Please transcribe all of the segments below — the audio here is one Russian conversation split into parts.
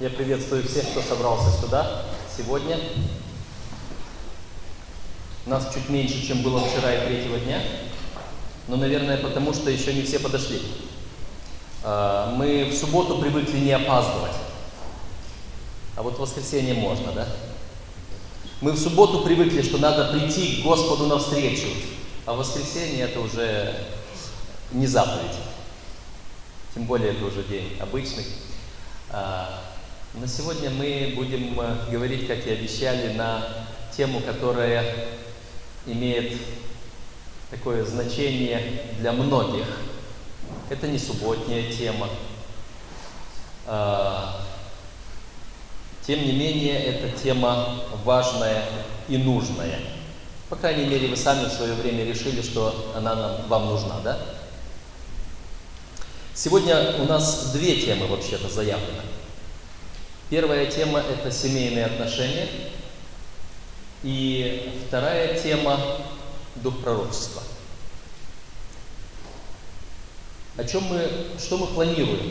Я приветствую всех, кто собрался сюда сегодня. Нас чуть меньше, чем было вчера и третьего дня, но, наверное, потому что еще не все подошли. Мы в субботу привыкли не опаздывать, а вот в воскресенье можно, да? Мы в субботу привыкли, что надо прийти к Господу навстречу, а в воскресенье это уже не заповедь. Тем более это уже день обычный. Но сегодня мы будем говорить, как и обещали, на тему, которая имеет такое значение для многих. Это не субботняя тема. Тем не менее, эта тема важная и нужная. По крайней мере, вы сами в свое время решили, что она вам нужна, да? Сегодня у нас две темы вообще-то заявлены. Первая тема – это семейные отношения. И вторая тема – дух пророчества. Что мы планируем?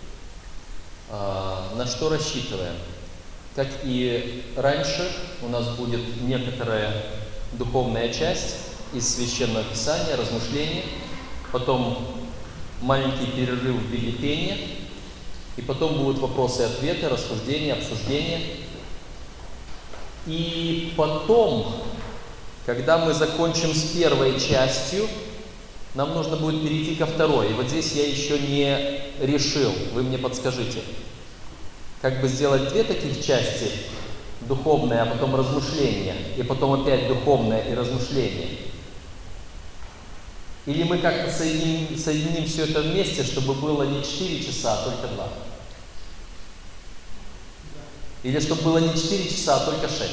На что рассчитываем? Как и раньше, у нас будет некоторая духовная часть из Священного Писания, размышления, потом маленький перерыв в виде пения, и потом будут вопросы и ответы, рассуждения, обсуждения. И потом, когда мы закончим с первой частью, нам нужно будет перейти ко второй. И вот здесь я еще не решил, вы мне подскажите, как бы сделать две таких части, духовное, а потом размышление, и потом опять духовное и размышление. Или мы как-то соединим все это вместе, чтобы было не 4 часа, а только 2. Или чтобы было не 4 часа, а только 6.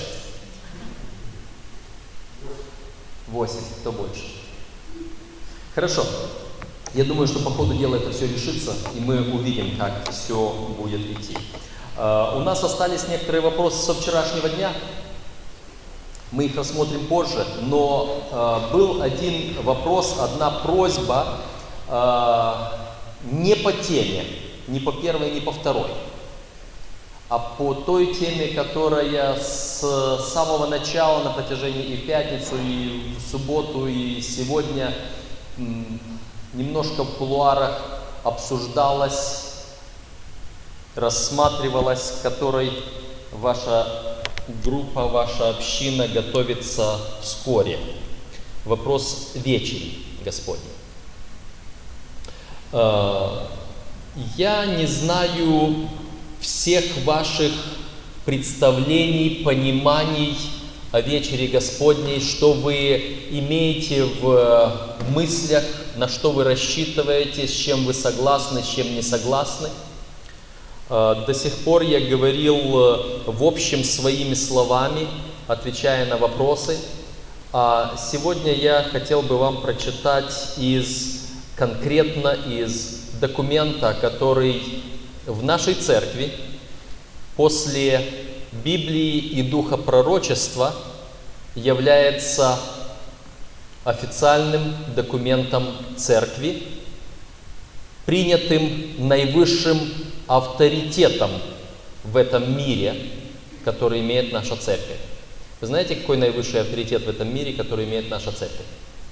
8, кто больше. Хорошо. Я думаю, что по ходу дела это все решится, и мы увидим, как все будет идти. У нас остались некоторые вопросы со вчерашнего дня. Мы их рассмотрим позже, но был один вопрос, одна просьба не по теме, не по первой, не по второй, а по той теме, которая с самого начала на протяжении и в пятницу, и в субботу, и сегодня немножко в кулуарах обсуждалась, рассматривалась, к которой ваша группа, ваша община готовится вскоре. Вопрос вечери Господней. Я не знаю всех ваших представлений, пониманий о вечере Господней, что вы имеете в мыслях, на что вы рассчитываете, с чем вы согласны, с чем не согласны. До сих пор я говорил в общем своими словами, отвечая на вопросы. А сегодня я хотел бы вам прочитать конкретно из документа, который в нашей церкви после Библии и Духа Пророчества является официальным документом церкви, принятым наивысшим авторитетом в этом мире, который имеет наша церковь. Вы знаете, какой наивысший авторитет в этом мире, который имеет наша церковь?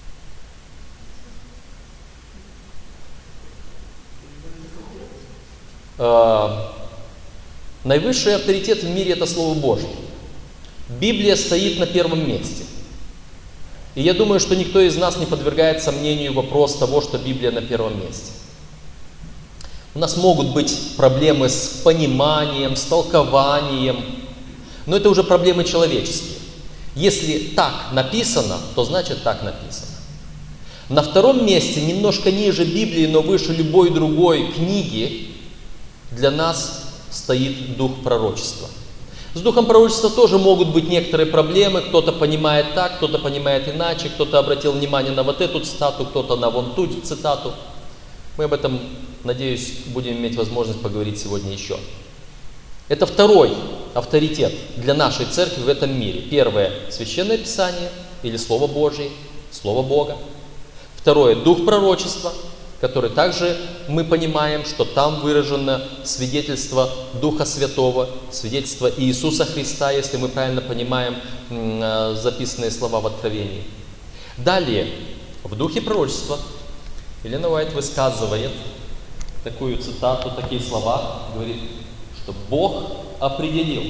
Наивысший авторитет в мире – это Слово Божье. Библия стоит на первом месте. И я думаю, что никто из нас не подвергает сомнению вопрос того, что Библия на первом месте. У нас могут быть проблемы с пониманием, с толкованием, но это уже проблемы человеческие. Если так написано, то значит так написано. На втором месте, немножко ниже Библии, но выше любой другой книги, для нас стоит дух пророчества. С духом пророчества тоже могут быть некоторые проблемы. Кто-то понимает так, кто-то понимает иначе, кто-то обратил внимание на вот эту цитату, кто-то на вон ту цитату. Мы об этом, надеюсь, будем иметь возможность поговорить сегодня еще. Это второй авторитет для нашей церкви в этом мире. Первое – Священное Писание или Слово Божие, Слово Бога. Второе – Дух пророчества, который также мы понимаем, что там выражено свидетельство Духа Святого, свидетельство Иисуса Христа, если мы правильно понимаем записанные слова в Откровении. Далее, в духе пророчества Елена Уайт высказывает такую цитату, такие слова, говорит, что Бог определил,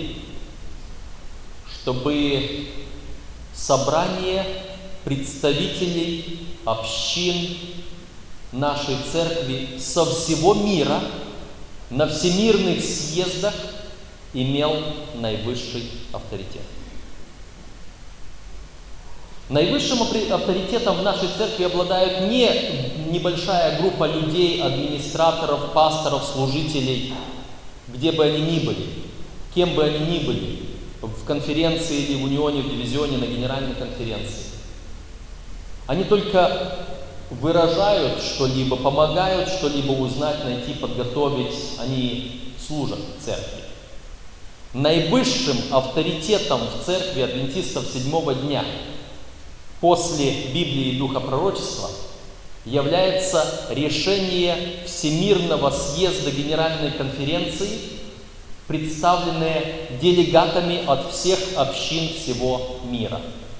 чтобы собрание представителей общин нашей церкви со всего мира на всемирных съездах имел наивысший авторитет. Наивысшим авторитетом в нашей церкви обладают не небольшая группа людей, администраторов, пасторов, служителей, где бы они ни были, кем бы они ни были, в конференции или в унионе, в дивизионе, на генеральной конференции. Они только выражают что-либо, помогают что-либо узнать, найти, подготовить, они служат церкви. Наивысшим авторитетом в церкви адвентистов седьмого дня после Библии и Духа Пророчества является решение Всемирного съезда Генеральной конференции, представленное делегатами от всех общин всего мира.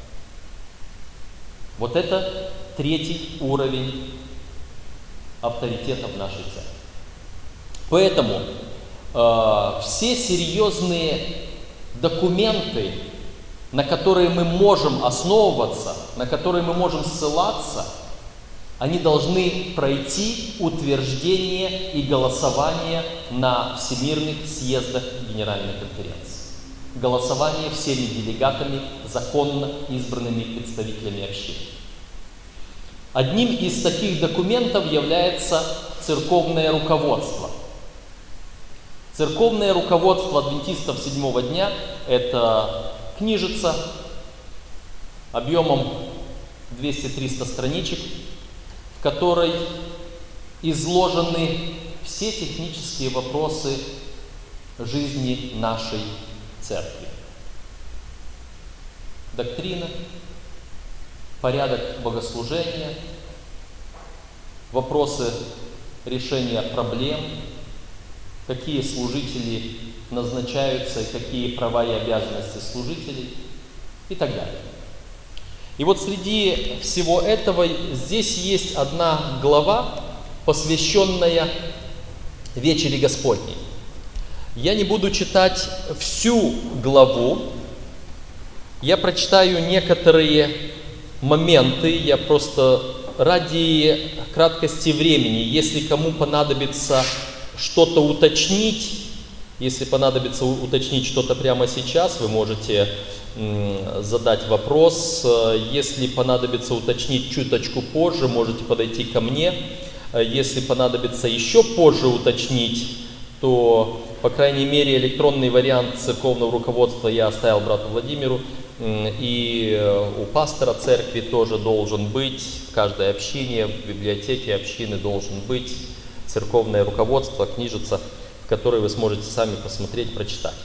Вот это третий уровень авторитета в нашей церкви. Поэтому все серьезные документы, на которые мы можем основываться, на которые мы можем ссылаться, они должны пройти утверждение и голосование на всемирных съездах Генеральной конференции. Голосование всеми делегатами, законно избранными представителями общин. Одним из таких документов является церковное руководство. Церковное руководство адвентистов седьмого дня – это книжица объемом 200-300 страничек, в которой изложены все технические вопросы жизни нашей церкви. Доктрина, порядок богослужения, вопросы решения проблем, какие служители назначаются и какие права и обязанности служителей и так далее. И вот среди всего этого здесь есть одна глава, посвященная Вечере Господней. Я не буду читать всю главу, я прочитаю некоторые моменты, я просто ради краткости времени, если кому понадобится что-то уточнить, если понадобится уточнить что-то прямо сейчас, вы можете задать вопрос. Если понадобится уточнить чуточку позже, можете подойти ко мне. Если понадобится еще позже уточнить, то, по крайней мере, электронный вариант церковного руководства я оставил брату Владимиру. И у пастора церкви тоже должен быть, в каждой общине, в библиотеке общины должен быть церковное руководство, книжица, в которой вы сможете сами посмотреть, прочитать.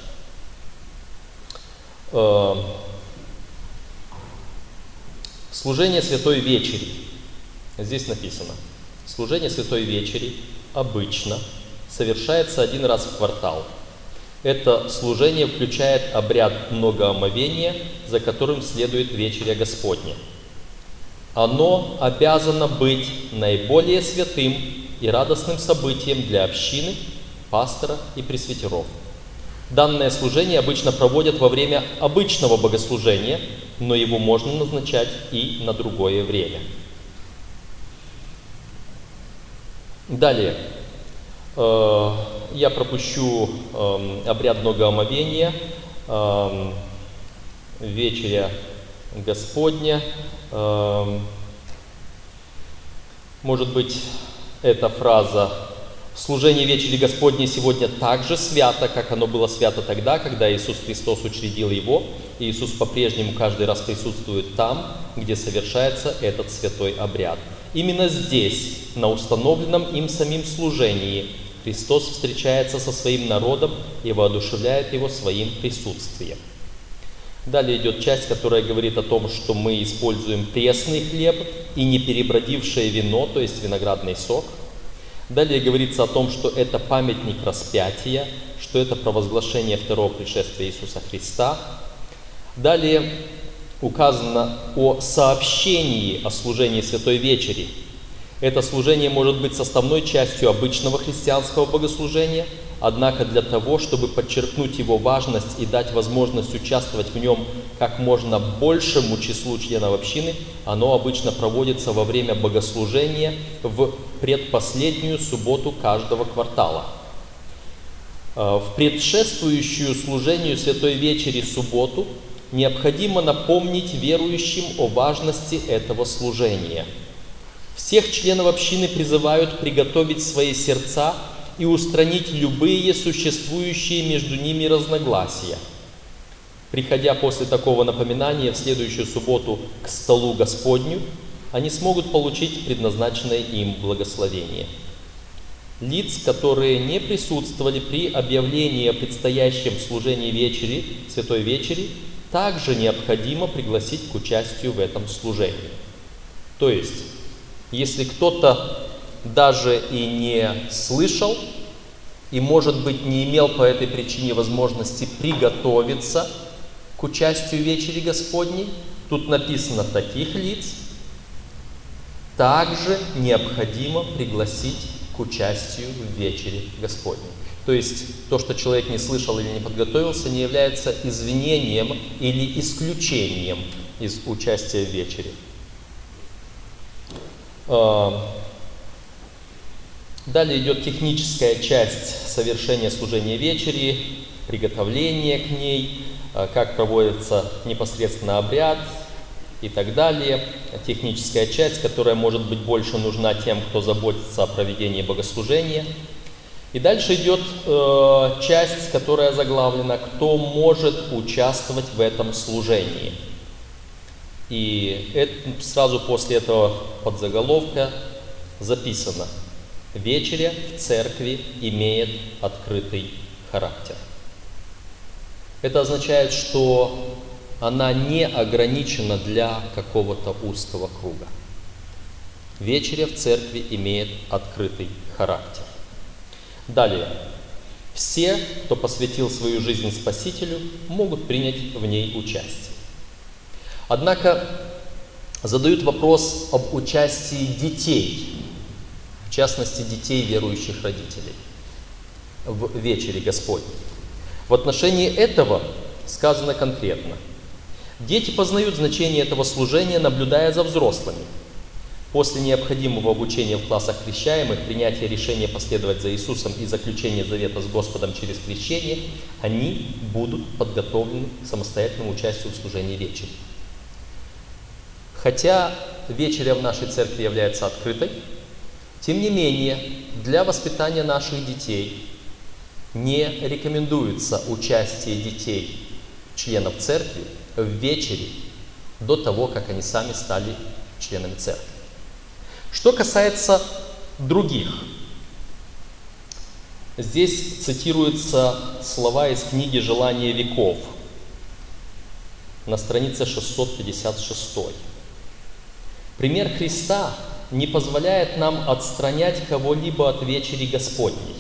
Служение Святой Вечери. Здесь написано: служение Святой Вечери обычно совершается один раз в квартал. Это служение включает обряд многоомовения, за которым следует Вечеря Господня. Оно обязано быть наиболее святым и радостным событием для общины, пастора и пресвитеров. Данное служение обычно проводят во время обычного богослужения, но его можно назначать и на другое время. Далее. Я пропущу обряд многоомовения, Вечеря Господня. Может быть, эта фраза: «Служение Вечери Господней сегодня так же свято, как оно было свято тогда, когда Иисус Христос учредил его». И Иисус по-прежнему каждый раз присутствует там, где совершается этот святой обряд. Именно здесь, на установленном им самим служении, Христос встречается со своим народом и воодушевляет его своим присутствием. Далее идет часть, которая говорит о том, что мы используем пресный хлеб и не перебродившее вино, то есть виноградный сок. Далее говорится о том, что это памятник распятия, что это провозглашение второго пришествия Иисуса Христа. Далее указано о сообщении о служении Святой Вечери. Это служение может быть составной частью обычного христианского богослужения, однако для того, чтобы подчеркнуть его важность и дать возможность участвовать в нем как можно большему числу членов общины, оно обычно проводится во время богослужения в предпоследнюю субботу каждого квартала. В предшествующую служению Святой Вечери субботу необходимо напомнить верующим о важности этого служения. Всех членов общины призывают приготовить свои сердца и устранить любые существующие между ними разногласия. Приходя после такого напоминания в следующую субботу к столу Господню, они смогут получить предназначенное им благословение. Лиц, которые не присутствовали при объявлении о предстоящем служении вечери, Святой Вечери, также необходимо пригласить к участию в этом служении. То есть, если кто-то даже и не слышал, и, может быть, не имел по этой причине возможности приготовиться к участию в вечере Господней, тут написано таких лиц, также необходимо пригласить к участию в вечере Господней. То есть, то, что человек не слышал или не подготовился, не является извинением или исключением из участия в вечере. Далее идет техническая часть совершения служения вечери, приготовление к ней, как проводится непосредственно обряд и так далее. Техническая часть, которая может быть больше нужна тем, кто заботится о проведении богослужения. И дальше идет часть, которая заглавлена «Кто может участвовать в этом служении?». И сразу после этого подзаголовка записано: «Вечеря в церкви имеет открытый характер». Это означает, что она не ограничена для какого-то узкого круга. Вечеря в церкви имеет открытый характер. Далее. Все, кто посвятил свою жизнь Спасителю, могут принять в ней участие. Однако задают вопрос об участии детей, в частности детей верующих родителей, в вечере Господней. В отношении этого сказано конкретно: дети познают значение этого служения, наблюдая за взрослыми. После необходимого обучения в классах крещаемых, принятия решения последовать за Иисусом и заключения завета с Господом через крещение, они будут подготовлены к самостоятельному участию в служении вечери. Хотя вечеря в нашей церкви является открытой, тем не менее, для воспитания наших детей не рекомендуется участие детей, членов церкви, в вечере до того, как они сами стали членами церкви. Что касается других, здесь цитируются слова из книги «Желание веков» на странице 656. Пример Христа не позволяет нам отстранять кого-либо от вечери Господней.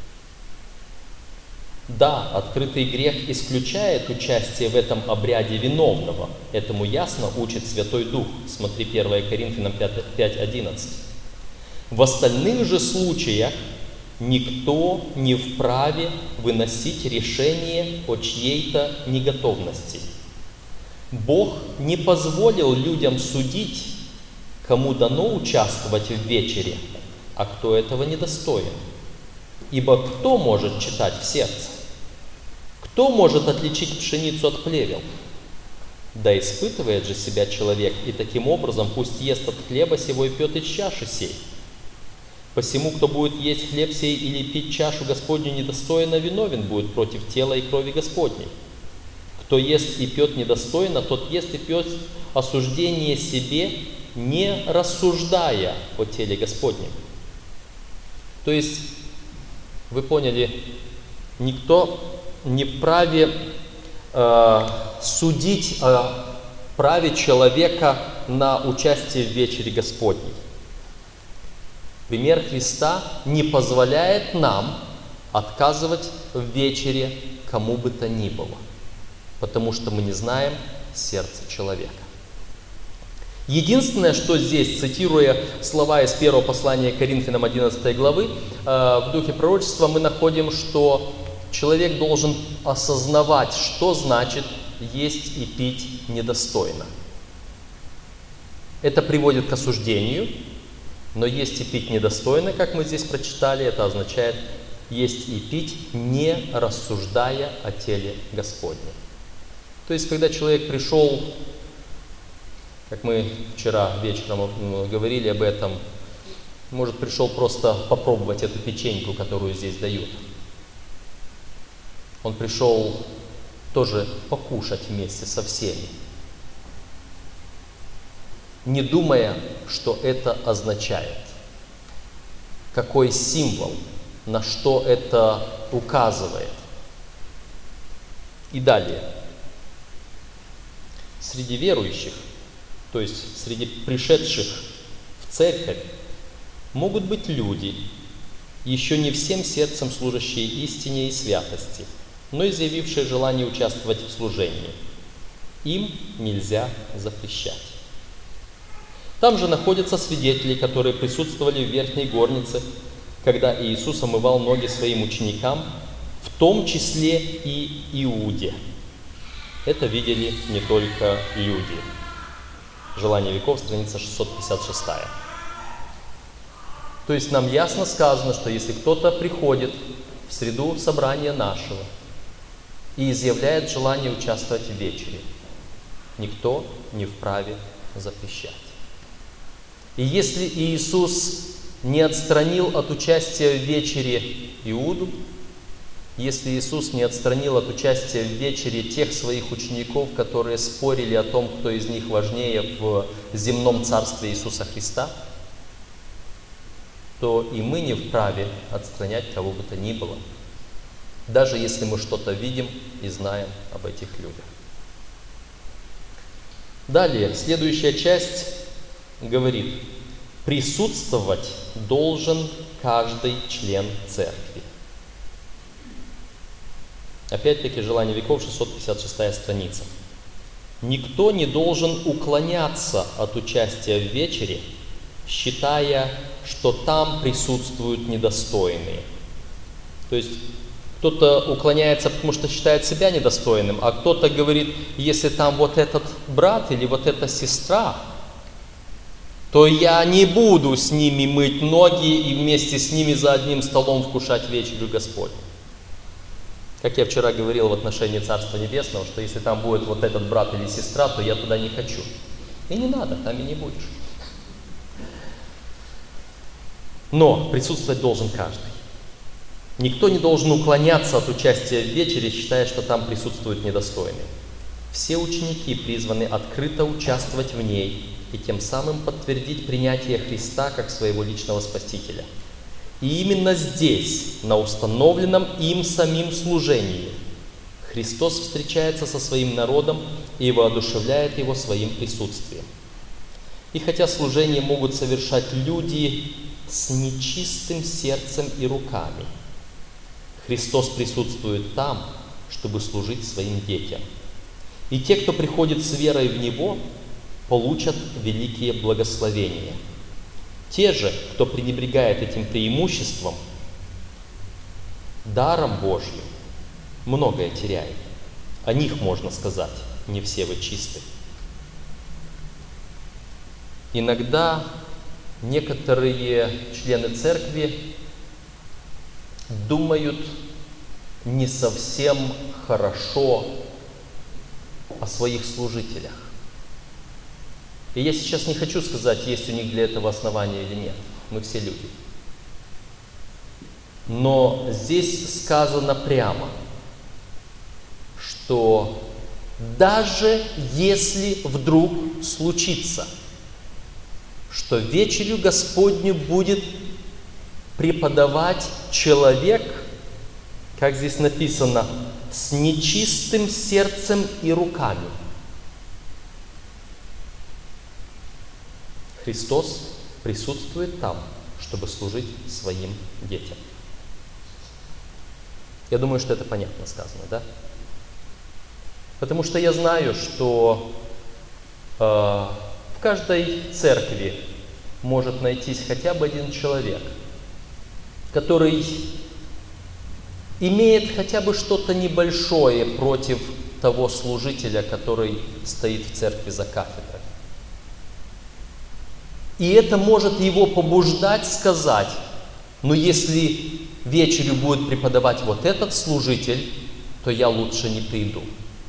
Да, открытый грех исключает участие в этом обряде виновного. Этому ясно учит Святой Дух. Смотри 1 Коринфянам 5:11. В остальных же случаях никто не вправе выносить решение о чьей-то неготовности. Бог не позволил людям судить, кому дано участвовать в вечере, а кто этого недостоин. Ибо кто может читать в сердце? Кто может отличить пшеницу от плевел? Да испытывает же себя человек, и таким образом пусть ест от хлеба сего и пьет из чаши сей. Посему, кто будет есть хлеб сей или пить чашу Господню недостойно, виновен будет против тела и крови Господней. Кто ест и пьет недостойно, тот ест и пьет осуждение себе, не рассуждая о теле Господнем. То есть, вы поняли, никто не вправе судить о праве человека на участие в вечере Господней. Пример Христа не позволяет нам отказывать в вечере кому бы то ни было, потому что мы не знаем сердца человека. Единственное, что здесь, цитируя слова из первого послания к Коринфянам 11 главы, в духе пророчества мы находим, что человек должен осознавать, что значит есть и пить недостойно. Это приводит к осуждению, но есть и пить недостойно, как мы здесь прочитали, это означает есть и пить, не рассуждая о теле Господнем. То есть, когда человек пришел, как мы вчера вечером говорили об этом, может, пришел просто попробовать эту печеньку, которую здесь дают. Он пришел тоже покушать вместе со всеми, не думая, что это означает, какой символ, на что это указывает. И далее. Среди верующих, то есть среди пришедших в церковь, могут быть люди, еще не всем сердцем служащие истине и святости, но изъявившие желание участвовать в служении. Им нельзя запрещать. Там же находятся свидетели, которые присутствовали в верхней горнице, когда Иисус омывал ноги своим ученикам, в том числе и Иуде. Это видели не только люди. Желание веков, страница 656. То есть нам ясно сказано, что если кто-то приходит в среду собрания нашего и изъявляет желание участвовать в вечере, никто не вправе запрещать. И если Иисус не отстранил от участия в вечере Иуду, если Иисус не отстранил от участия в вечере тех своих учеников, которые спорили о том, кто из них важнее в земном царстве Иисуса Христа, то и мы не вправе отстранять кого бы то ни было, даже если мы что-то видим и знаем об этих людях. Далее, следующая часть говорит: присутствовать должен каждый член церкви. Опять-таки, Желание веков, 656 страница. Никто не должен уклоняться от участия в вечере, считая, что там присутствуют недостойные. То есть, кто-то уклоняется, потому что считает себя недостойным, а кто-то говорит, если там вот этот брат или вот эта сестра, то я не буду с ними мыть ноги и вместе с ними за одним столом вкушать вечерю Господню. Как я вчера говорил в отношении Царства Небесного, что если там будет вот этот брат или сестра, то я туда не хочу. И не надо, там и не будешь. Но присутствовать должен каждый. Никто не должен уклоняться от участия в вечере, считая, что там присутствуют недостойные. Все ученики призваны открыто участвовать в ней и тем самым подтвердить принятие Христа как своего личного Спасителя. И именно здесь, на установленном им самим служении, Христос встречается со своим народом и воодушевляет его своим присутствием. И хотя служение могут совершать люди с нечистым сердцем и руками, Христос присутствует там, чтобы служить своим детям. И те, кто приходит с верой в Него, получат великие благословения. Те же, кто пренебрегает этим преимуществом, даром Божьим, многое теряет. О них можно сказать: не все вы чисты. Иногда некоторые члены церкви думают не совсем хорошо о своих служителях. И я сейчас не хочу сказать, есть у них для этого основания или нет. Мы все люди. Но здесь сказано прямо, что даже если вдруг случится, что вечерю Господню будет преподавать человек, как здесь написано, с нечистым сердцем и руками. Христос присутствует там, чтобы служить своим детям. Я думаю, что это понятно сказано, да? Потому что я знаю, что в каждой церкви может найтись хотя бы один человек, который имеет хотя бы что-то небольшое против того служителя, который стоит в церкви за кафедрой. И это может его побуждать сказать: ну если вечерю будет преподавать вот этот служитель, то я лучше не приду.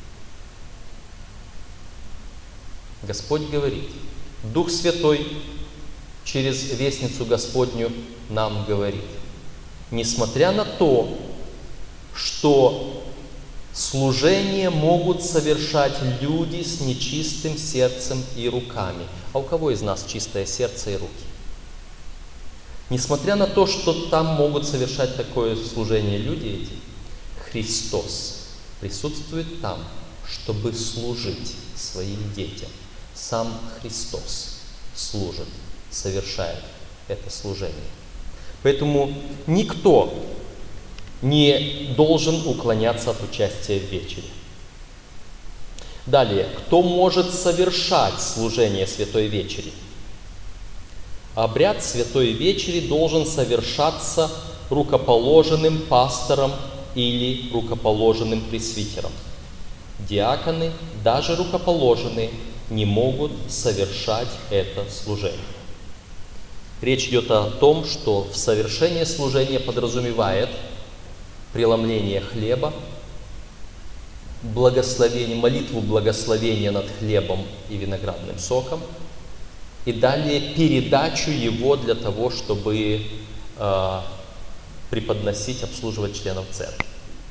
Господь говорит, Дух Святой через вестницу Господню нам говорит: несмотря на то, что служение могут совершать люди с нечистым сердцем и руками. А у кого из нас чистое сердце и руки? Несмотря на то, что там могут совершать такое служение люди эти, Христос присутствует там, чтобы служить своим детям. Сам Христос служит, совершает это служение. Поэтому никто не должен уклоняться от участия в вечере. Далее, кто может совершать служение Святой Вечери? Обряд Святой Вечери должен совершаться рукоположенным пастором или рукоположенным пресвитером. Диаконы, даже рукоположенные, не могут совершать это служение. Речь идет о том, что в совершении служения подразумевает преломление хлеба, благословение, молитву благословения над хлебом и виноградным соком, и далее передачу его для того, чтобы преподносить, обслуживать членов церкви.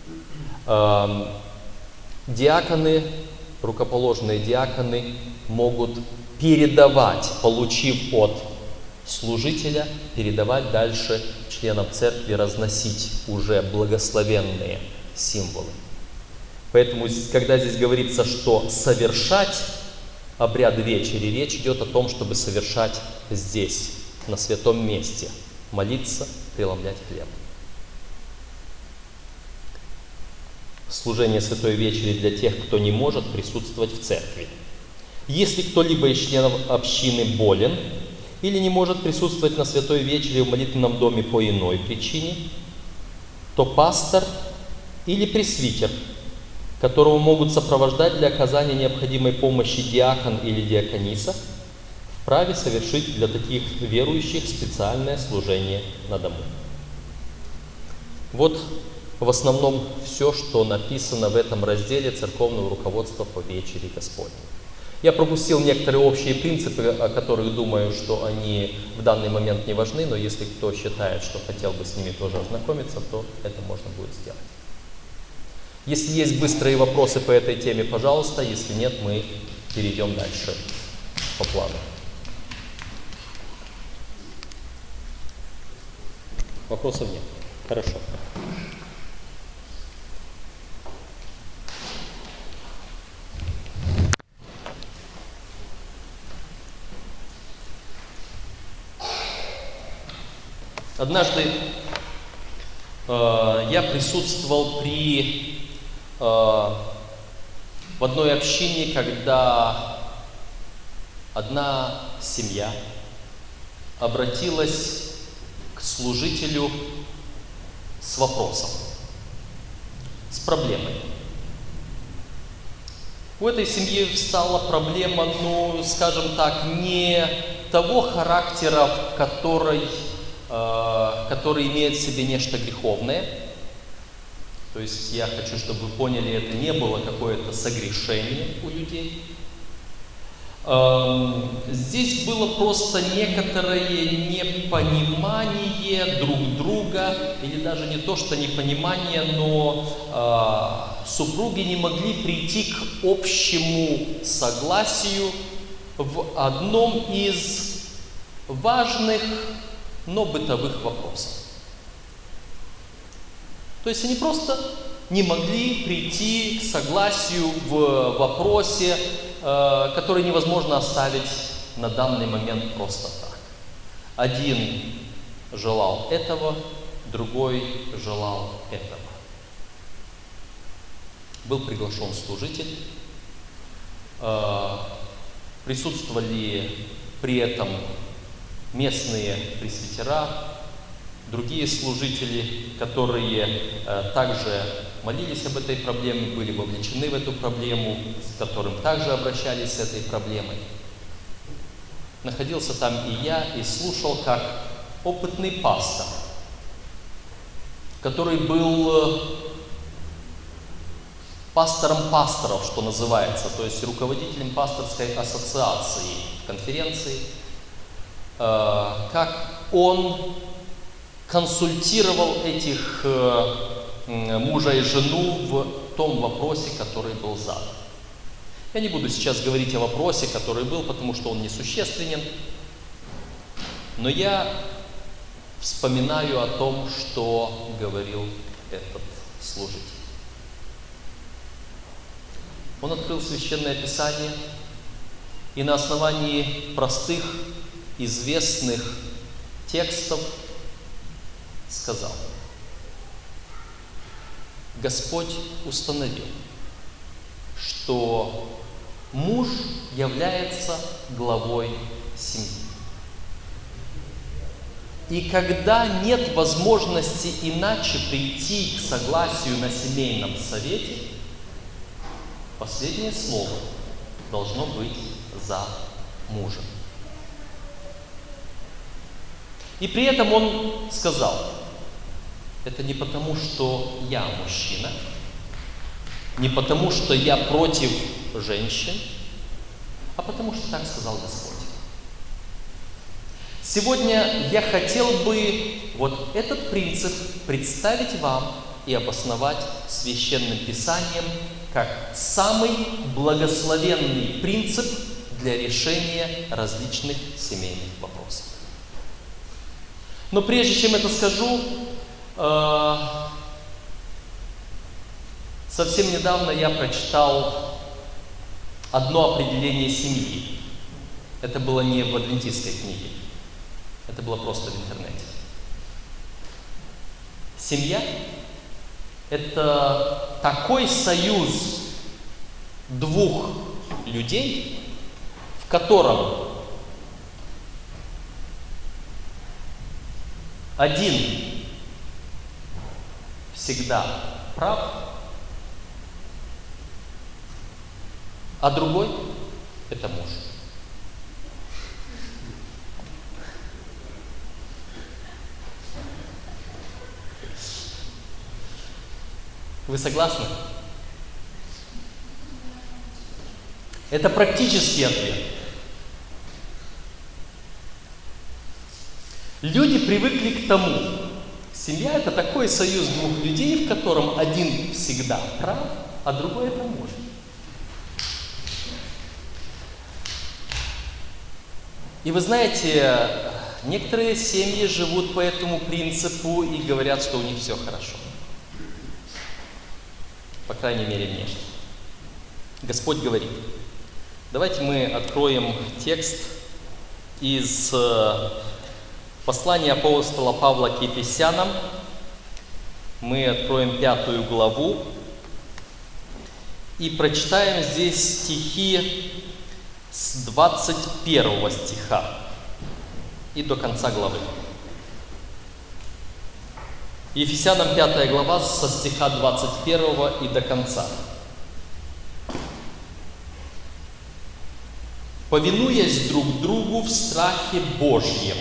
Диаконы, рукоположенные диаконы могут передавать, получив от служителя, передавать дальше членам церкви, разносить уже благословенные символы. Поэтому, когда здесь говорится, что совершать обряды вечери, речь идет о том, чтобы совершать здесь, на святом месте, молиться, преломлять хлеб. Служение Святой Вечери для тех, кто не может присутствовать в церкви. Если кто-либо из членов общины болен или не может присутствовать на Святой Вечере в молитвенном доме по иной причине, то пастор или пресвитер, которого могут сопровождать для оказания необходимой помощи диакон или диакониса, вправе совершить для таких верующих специальное служение на дому. Вот в основном все, что написано в этом разделе церковного руководства по вечере Господней. Я пропустил некоторые общие принципы, о которых думаю, что они в данный момент не важны, но если кто считает, что хотел бы с ними тоже ознакомиться, то это можно будет сделать. Если есть быстрые вопросы по этой теме, пожалуйста. Если нет, мы перейдем дальше по плану. Вопросов нет. Хорошо. Однажды я присутствовал в одной общине, когда одна семья обратилась к служителю с вопросом, с проблемой. У этой семьи встала проблема, скажем так, не того характера, который имеет в себе нечто греховное. То есть я хочу, чтобы вы поняли, это не было какое-то согрешение у людей. Здесь было просто некоторое непонимание друг друга, или даже не то, что непонимание, но супруги не могли прийти к общему согласию в одном из важных, но бытовых вопросов. То есть они просто не могли прийти к согласию в вопросе, который невозможно оставить на данный момент просто так. Один желал этого, другой желал этого. Был приглашен служитель, присутствовали при этом местные пресвитера, другие служители, которые также молились об этой проблеме, были вовлечены в эту проблему, с которым также обращались с этой проблемой. Находился там и я, и слушал, как опытный пастор, который был пастором пасторов, что называется, то есть руководителем пасторской ассоциации, конференции, как он консультировал этих мужа и жену в том вопросе, который был задан. Я не буду сейчас говорить о вопросе, который был, потому что он несущественен, но я вспоминаю о том, что говорил этот служитель. Он открыл Священное Писание и на основании простых, известных текстов сказал: Господь установил, что муж является главой семьи. И когда нет возможности иначе прийти к согласию на семейном совете, последнее слово должно быть за мужем. И при этом он сказал: это не потому, что я мужчина, не потому, что я против женщин, а потому, что так сказал Господь. Сегодня я хотел бы вот этот принцип представить вам и обосновать Священным Писанием как самый благословенный принцип для решения различных семейных вопросов. Но прежде чем это скажу, совсем недавно я прочитал одно определение семьи. Это было не в адвентистской книге, это было просто в интернете. Семья – это такой союз двух людей, в котором один всегда прав, а другой – это муж. Вы согласны? Это практический ответ. Люди привыкли к тому, семья – это такой союз двух людей, в котором один всегда прав, а другой – это муж. И вы знаете, некоторые семьи живут по этому принципу и говорят, что у них все хорошо. По крайней мере, внешне. Господь говорит. Давайте мы откроем текст из послания апостола Павла к Ефесянам. Мы откроем 5 главу и прочитаем здесь стихи с 21 стиха и до конца главы. Ефесянам 5 глава со стиха 21 и до конца. «Повинуясь друг другу в страхе Божьем,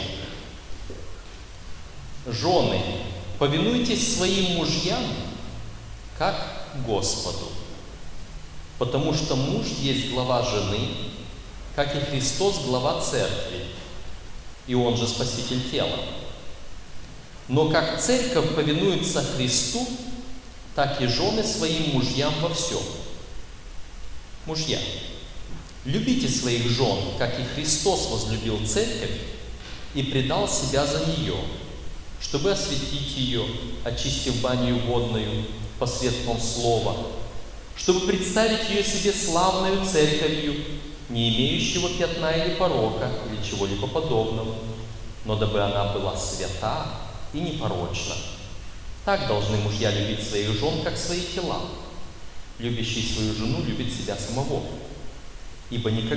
жены, повинуйтесь своим мужьям, как Господу, потому что муж есть глава жены, как и Христос глава церкви, и он же Спаситель тела. Но как церковь повинуется Христу, так и жены своим мужьям во всем. Мужья, любите своих жен, как и Христос возлюбил церковь и предал себя за нее, чтобы осветить ее, очистив баню водную посредством слова, чтобы представить ее себе славную церковью, не имеющего пятна или порока, или чего-либо подобного, но дабы она была свята и непорочна. Так должны мужья любить своих жен, как свои тела. Любящий свою жену любит себя самого. Ибо никто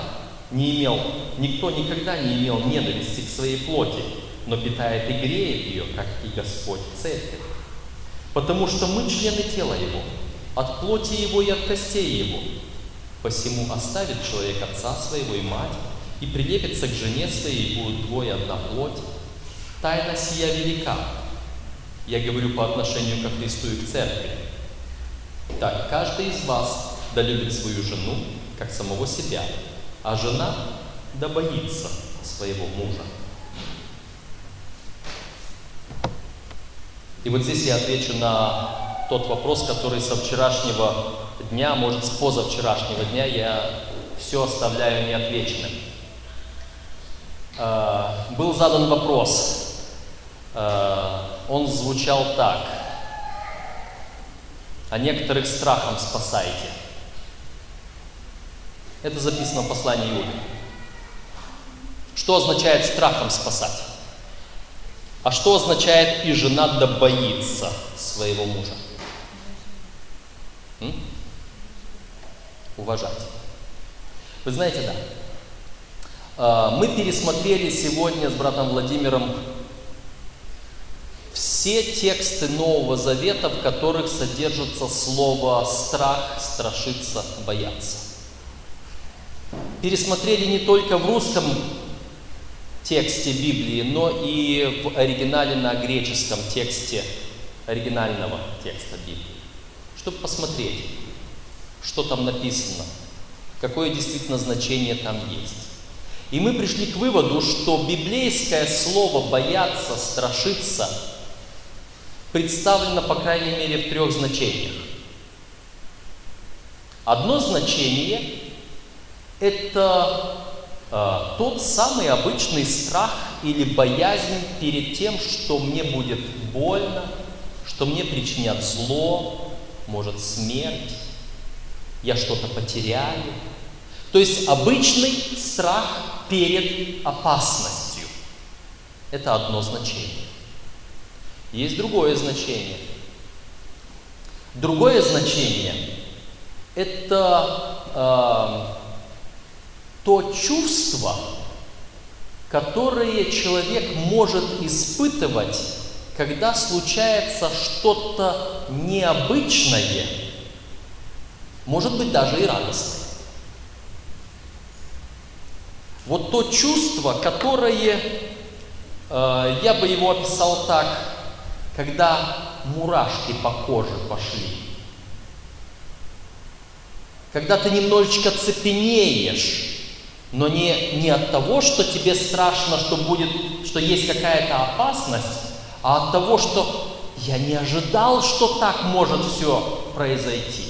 никогда не имел ненависти к своей плоти, но питает и греет ее, как и Господь церковь. Потому что мы члены тела Его, от плоти Его и от костей Его. Посему оставит человек отца своего и мать, и прилепится к жене своей, и будут двое одна плоть. Тайна сия велика. Я говорю по отношению ко Христу и к церкви. Так, каждый из вас да любит свою жену, как самого себя, а жена да боится своего мужа. И вот здесь я отвечу на тот вопрос, который со вчерашнего дня, может, с позавчерашнего дня я все оставляю неотвеченным. Был задан вопрос. Он звучал так: а некоторых страхом спасаете. Это записано в послании Иуды. Что означает страхом спасать? А что означает и жена да боится своего мужа? Уважать. Вы знаете, да. Мы пересмотрели сегодня с братом Владимиром все тексты Нового Завета, в которых содержится слово «страх», «страшиться», «бояться». Пересмотрели не только в русском тексте Библии, но и в оригинале на греческом тексте оригинального текста Библии, чтобы посмотреть, что там написано, какое действительно значение там есть. И мы пришли к выводу, что библейское слово «бояться», «страшиться» представлено, по крайней мере, в 3 значениях. Одно значение – это тот самый обычный страх или боязнь перед тем, что мне будет больно, что мне причинят зло, может смерть, я что-то потеряю. То есть обычный страх перед опасностью. Это одно значение. Есть другое значение. Другое значение – это то чувство, которое человек может испытывать, когда случается что-то необычное, может быть, даже и радостное. Вот то чувство, которое, я бы его описал так, когда мурашки по коже пошли. Когда ты немножечко цепенеешь, но не от того, что тебе страшно, что есть какая-то опасность, а от того, что я не ожидал, что так может все произойти.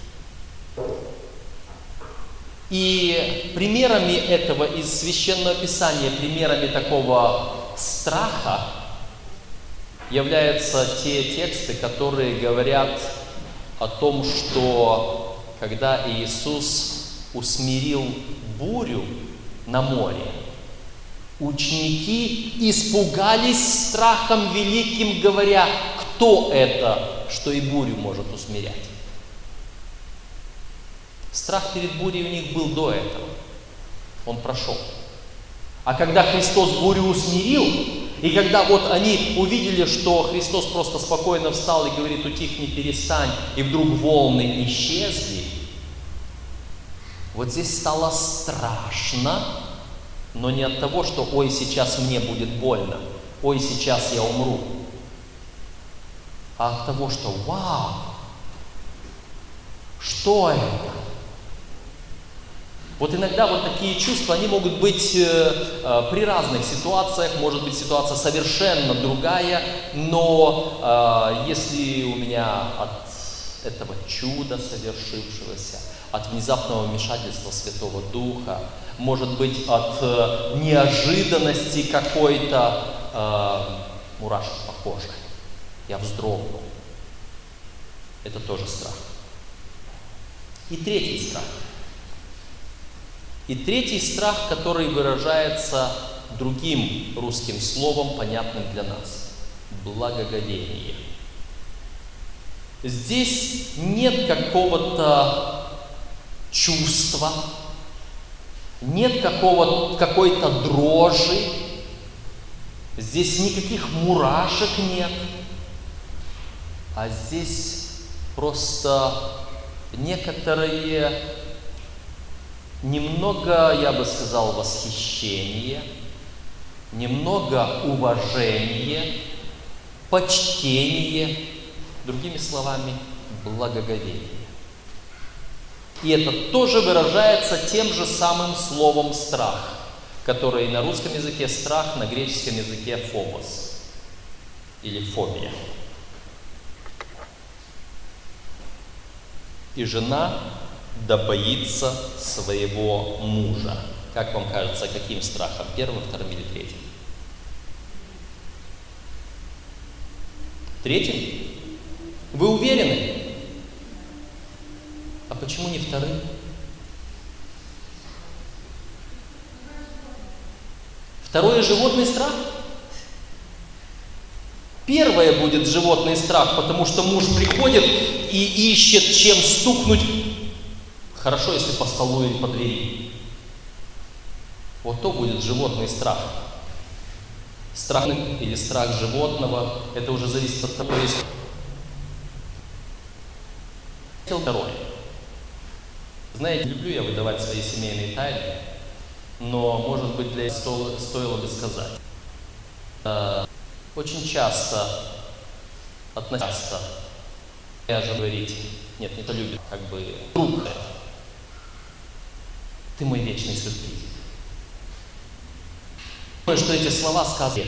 И примерами этого из Священного Писания, примерами такого страха являются те тексты, которые говорят о том, что когда Иисус усмирил бурю на море, ученики испугались страхом великим, говоря: кто это, что и бурю может усмирять? Страх перед бурей у них был до этого. Он прошел. А когда Христос бурю усмирил, и когда вот они увидели, что Христос просто спокойно встал и говорит: утихни, перестань, и вдруг волны исчезли, вот здесь стало страшно, но не от того, что ой, сейчас мне будет больно, ой, сейчас я умру, а от того, что вау, что это? Вот иногда вот такие чувства, они могут быть при разных ситуациях, может быть ситуация совершенно другая, но если у меня от этого чуда совершившегося, от внезапного вмешательства Святого Духа, может быть от неожиданности какой-то, мурашек по коже. Я вздрогнул. Это тоже страх. И третий страх. И третий страх, который выражается другим русским словом, понятным для нас. Благоговение. Здесь нет какого-то чувства, нет какой-то дрожи, здесь никаких мурашек нет, а здесь просто некоторые, немного, я бы сказал, восхищение, немного уважение, почтение, другими словами, благоговение. И это тоже выражается тем же самым словом «страх», которое на русском языке страх, на греческом языке фобос или фобия. И жена да боится своего мужа. Как вам кажется, каким страхом? Первым, вторым или третьим? Третьим? Вы уверены? А почему не вторым? Второе — животный страх. Первое будет животный страх, потому что муж приходит и ищет, чем стукнуть. Хорошо, если по столу или по двери. Вот то будет животный страх. Страх или страх животного, это уже зависит от того, есть. Второе. Знаете, люблю я выдавать свои семейные тайны, но, может быть, для этого стоило бы сказать. Очень часто, я же говорить, нет, не то любит, как бы, друг, ты мой вечный сюрприз. Думаю, что эти слова сказаны.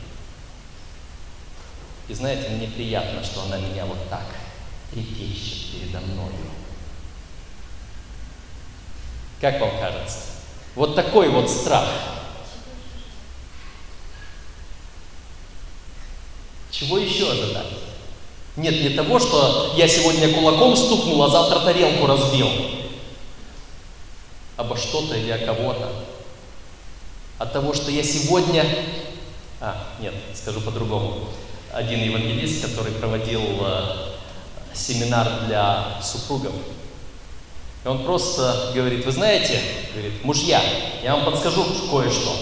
И знаете, мне приятно, что она меня вот так трепещет передо мною. Как вам кажется? Вот такой вот страх. Чего еще ожидать? Нет, не того, что я сегодня кулаком стукнул, а завтра тарелку разбил. Обо что-то или о кого-то. От того, что я сегодня... Нет, скажу по-другому. Один евангелист, который проводил семинар для супругов, и он просто говорит: вы знаете, говорит, мужья, я вам подскажу кое-что.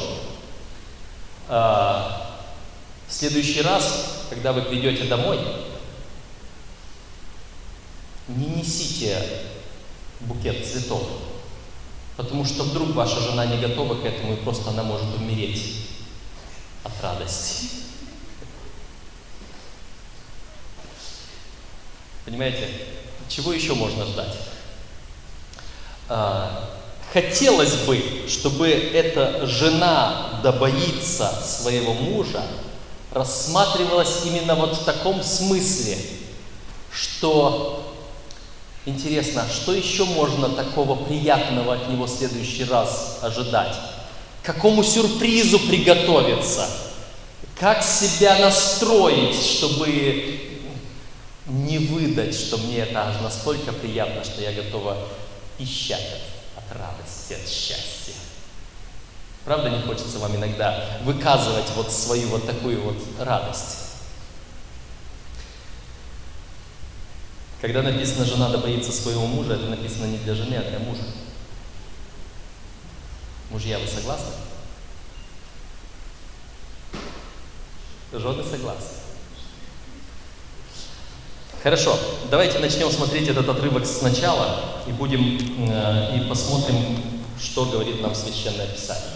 В следующий раз, когда вы придете домой, не несите букет цветов, потому что вдруг ваша жена не готова к этому, и просто она может умереть от радости. Понимаете, чего еще можно ждать? Хотелось бы, чтобы эта жена да боится своего мужа рассматривалась именно вот в таком смысле, что интересно, что еще можно такого приятного от него в следующий раз ожидать? К какому сюрпризу приготовиться? Как себя настроить, чтобы не выдать, что мне это аж настолько приятно, что я готова пищать от радости, от счастья. Правда, не хочется вам иногда выказывать вот свою вот такую вот радость? Когда написано «жена да боится своего мужа», это написано не для жены, а для мужа. Мужья, вы согласны? Жены согласны. Хорошо, давайте начнем смотреть этот отрывок сначала и посмотрим, что говорит нам Священное Писание.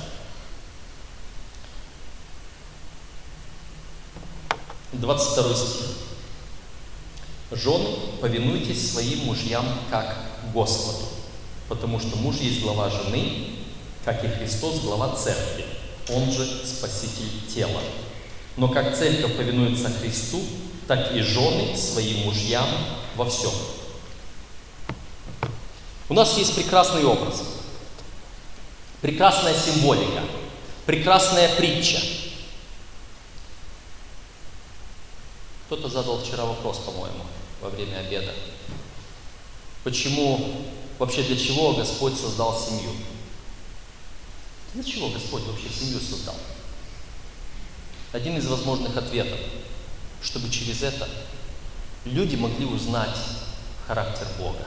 22 стих. Жены, повинуйтесь своим мужьям как Господу, потому что муж есть глава жены, как и Христос глава церкви, он же Спаситель тела. Но как церковь повинуется Христу, так и жены своим мужьям во всем. У нас есть прекрасный образ, прекрасная символика, прекрасная притча. Кто-то задал вчера вопрос, по-моему, во время обеда. Почему, вообще для чего Господь создал семью? Для чего Господь вообще семью создал? Один из возможных ответов, чтобы через это люди могли узнать характер Бога.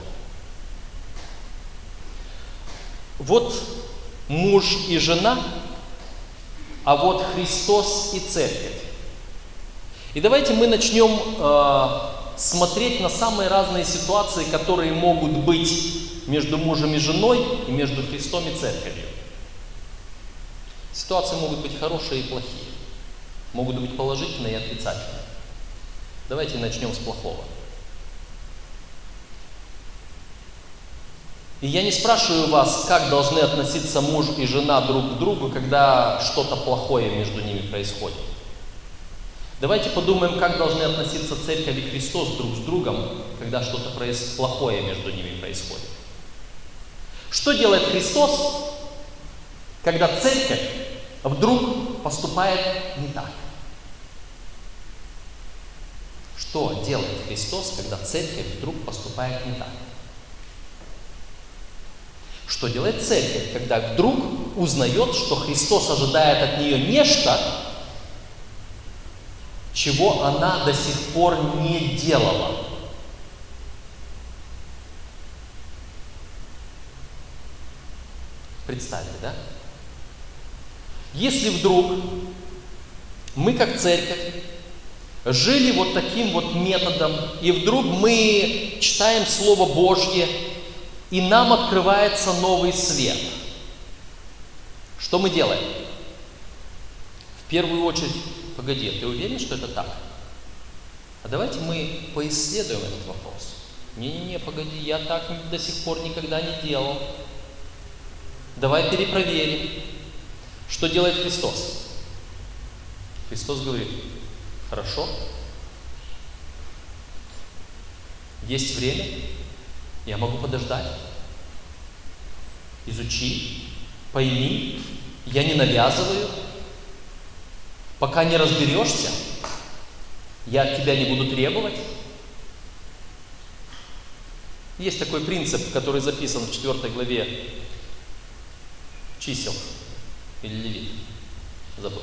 Вот муж и жена, а вот Христос и церковь. И давайте мы начнем смотреть на самые разные ситуации, которые могут быть между мужем и женой и между Христом и церковью. Ситуации могут быть хорошие и плохие, могут быть положительные и отрицательные. Давайте начнем с плохого. И я не спрашиваю вас, как должны относиться муж и жена друг к другу, когда что-то плохое между ними происходит. Давайте подумаем, как должны относиться церковь и Христос друг с другом, когда что-то плохое между ними происходит. Что делает Христос, когда церковь вдруг поступает не так? Что делает Христос, когда церковь вдруг поступает не так? Что делает церковь, когда вдруг узнает, что Христос ожидает от нее нечто, чего она до сих пор не делала? Представили, да? Если вдруг мы, как церковь, жили вот таким вот методом, и вдруг мы читаем Слово Божье, и нам открывается новый свет, что мы делаем? В первую очередь, погоди, ты уверен, что это так? А давайте мы поисследуем этот вопрос. Не-не-не, погоди, я так до сих пор никогда не делал. Давай перепроверим. Что делает Христос? Христос говорит: хорошо, есть время, я могу подождать. Изучи, пойми, я не навязываю. Пока не разберешься, я от тебя не буду требовать. Есть такой принцип, который записан в 4 главе чисел или Левит, забыл.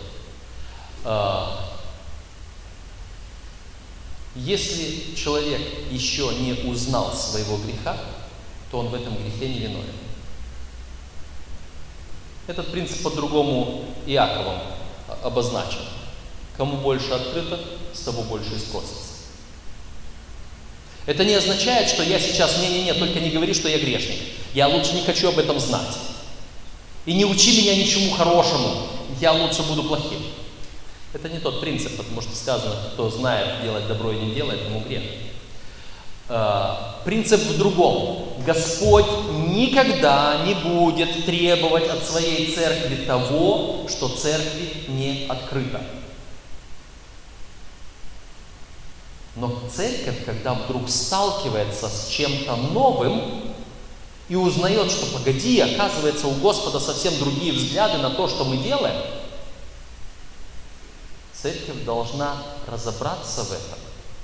Если человек еще не узнал своего греха, то он в этом грехе не виновен. Этот принцип по-другому Иаковом обозначен. Кому больше открыто, с того больше и спросится. Это не означает, что я сейчас, не-не-не, только не говори, что я грешник. Я лучше не хочу об этом знать. И не учи меня ничему хорошему, я лучше буду плохим. Это не тот принцип, потому что сказано, кто знает делать добро и не делает, ему грех. Принцип в другом. Господь никогда не будет требовать от своей церкви того, что церкви не открыто. Но церковь, когда вдруг сталкивается с чем-то новым и узнает, что погоди, оказывается, у Господа совсем другие взгляды на то, что мы делаем, церковь должна разобраться в этом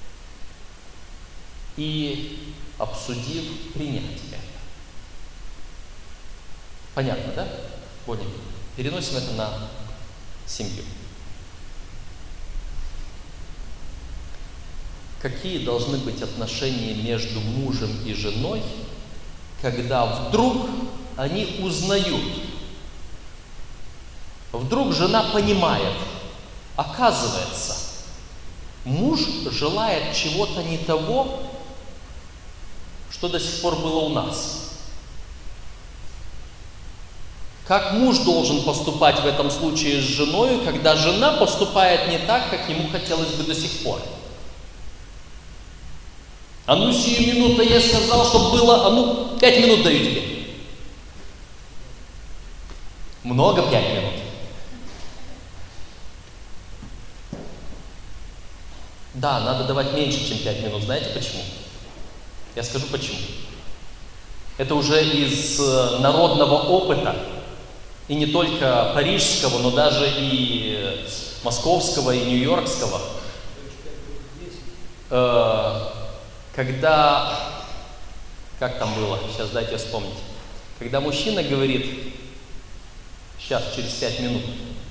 и, обсудив, принять это. Понятно, да? Поняли? Переносим это на семью. Какие должны быть отношения между мужем и женой, когда вдруг они узнают, вдруг жена понимает, оказывается, муж желает чего-то не того, что до сих пор было у нас. Как муж должен поступать в этом случае с женой, когда жена поступает не так, как ему хотелось бы до сих пор? А ну, сию минуту я сказал, чтобы было, а ну, 5 минут даю тебе. Много 5 минут. Да, надо давать меньше, чем 5 минут. Знаете почему? Я скажу почему. Это уже из народного опыта, и не только парижского, но даже и московского, и нью-йоркского. Когда, как там было, сейчас дайте вспомнить, когда мужчина говорит, сейчас, через 5 минут,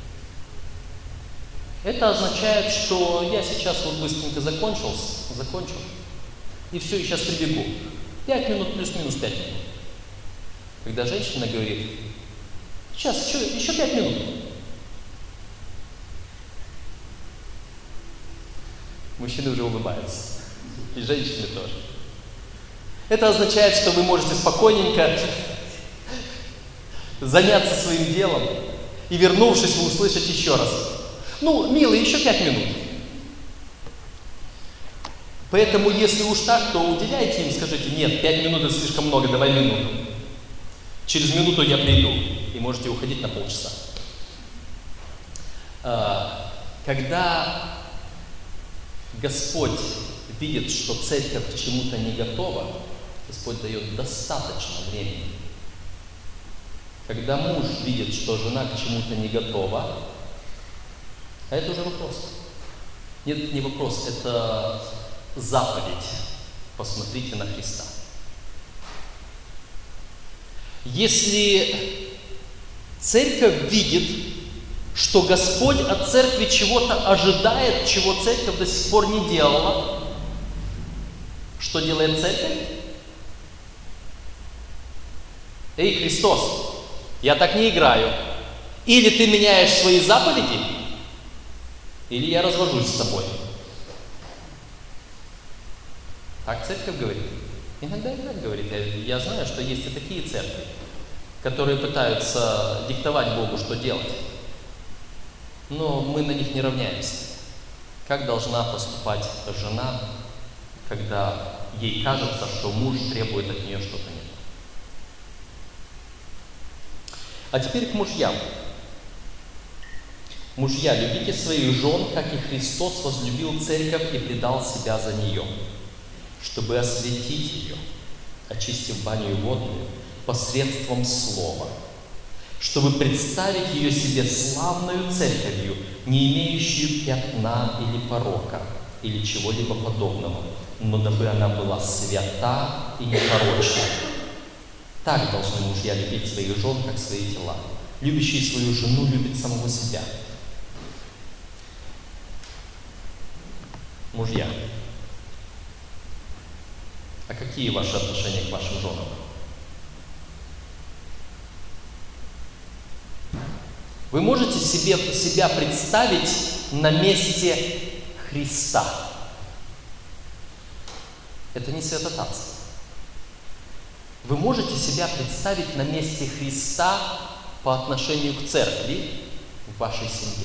это означает, что я сейчас вот быстренько закончил, и все, и сейчас прибегу. 5 минут плюс-минус 5 минут. Когда женщина говорит, сейчас, еще 5 минут. Мужчины уже улыбаются. И женщины тоже. Это означает, что вы можете спокойненько заняться своим делом, и вернувшись, вы услышите еще раз. Ну, милый, еще 5 минут. Поэтому, если уж так, то уделяйте им, скажите, нет, 5 минут это слишком много, давай минуту. Через минуту я приду, и можете уходить на полчаса. Когда Господь видит, что церковь к чему-то не готова, Господь дает достаточно времени. Когда муж видит, что жена к чему-то не готова, а это уже вопрос. Нет, это не вопрос, это заповедь. Посмотрите на Христа. Если церковь видит, что Господь от церкви чего-то ожидает, чего церковь до сих пор не делала, что делает церковь? Эй, Христос, я так не играю. Или ты меняешь свои заповеди, или я развожусь с тобой. Так церковь говорит. Иногда и так говорит. Я знаю, что есть и такие церкви, которые пытаются диктовать Богу, что делать. Но мы на них не равняемся. Как должна поступать жена, когда ей кажется, что муж требует от нее что-то не то? А теперь к мужьям. Мужья, любите своих жен, как и Христос возлюбил церковь и предал себя за нее, чтобы осветить ее, очистив баню водную посредством слова, чтобы представить ее себе славную церковью, не имеющую пятна или порока, или чего-либо подобного, но дабы она была свята и непорочна. Так должны мужья любить своих жен, как свои тела. Любящий свою жену любит самого себя. Мужья, а какие ваши отношения к вашим женам? Вы можете себя представить на месте Христа? Это не святотатство. Вы можете себя представить на месте Христа по отношению к церкви в вашей семье?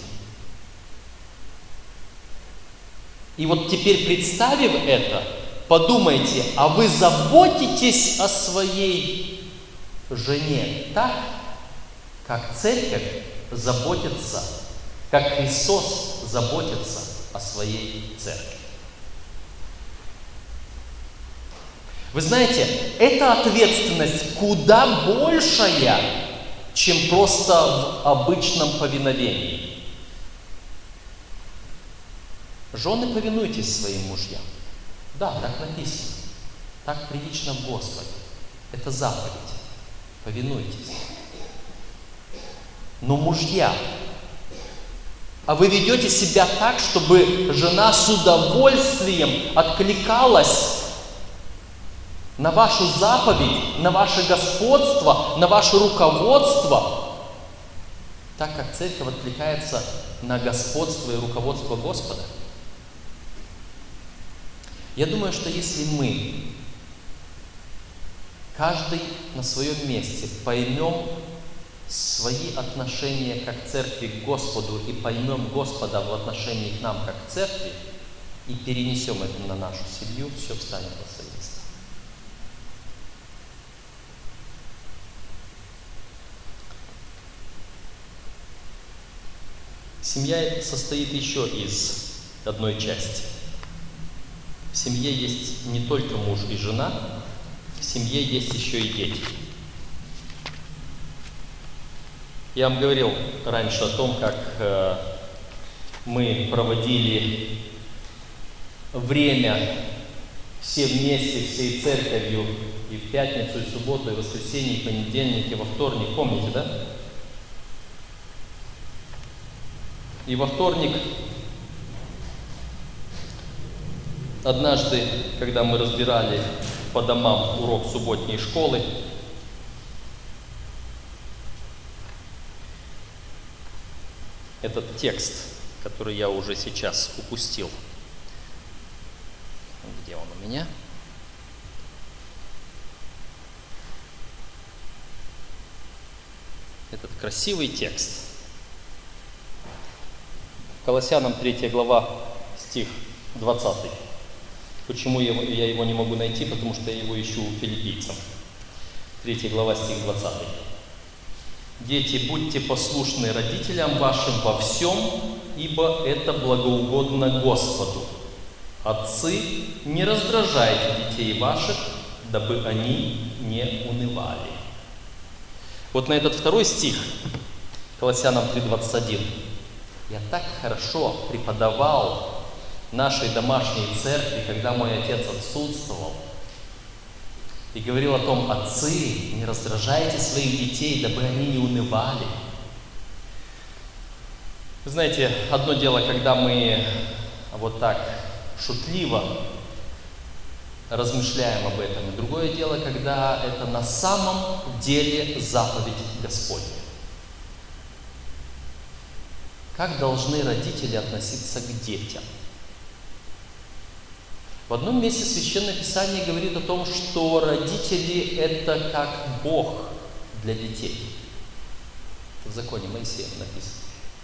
И вот теперь, представив это, подумайте, а вы заботитесь о своей жене так, как церковь заботится, как Христос заботится о своей церкви? Вы знаете, эта ответственность куда большая, чем просто в обычном повиновении. Жены, повинуйтесь своим мужьям. Да, так написано. Так прилично в Господе. Это заповедь. Повинуйтесь. Но мужья, а вы ведете себя так, чтобы жена с удовольствием откликалась на вашу заповедь, на ваше господство, на ваше руководство, так как церковь откликается на господство и руководство Господа? Я думаю, что если мы, каждый на своем месте, поймем свои отношения как церкви к Господу и поймем Господа в отношении к нам как к церкви и перенесем это на нашу семью, все встанет на свои места. Семья состоит еще из одной части. В семье есть не только муж и жена, в семье есть еще и дети. Я вам говорил раньше о том, как мы проводили время все вместе, всей церковью, и в пятницу, и в субботу, и в воскресенье, и в понедельник, и во вторник. Помните, да? И во вторник, однажды, когда мы разбирали по домам урок субботней школы, этот текст, который я уже сейчас упустил. Где он у меня? Этот красивый текст. Колоссянам 3 глава, стих 20. Почему я его не могу найти? Потому что я его ищу у филиппийцам. 3 глава, стих 20. Дети, будьте послушны родителям вашим во всем, ибо это благоугодно Господу. Отцы, не раздражайте детей ваших, дабы они не унывали. Вот на этот второй стих, Колоссянам 3:21, я так хорошо преподавал нашей домашней церкви, когда мой отец отсутствовал, и говорил о том: отцы, не раздражайте своих детей, дабы они не унывали. Вы знаете, одно дело, когда мы вот так шутливо размышляем об этом, и другое дело, когда это на самом деле заповедь Господня. Как должны родители относиться к детям? В одном месте Священное Писание говорит о том, что родители – это как Бог для детей. В законе Моисея написано.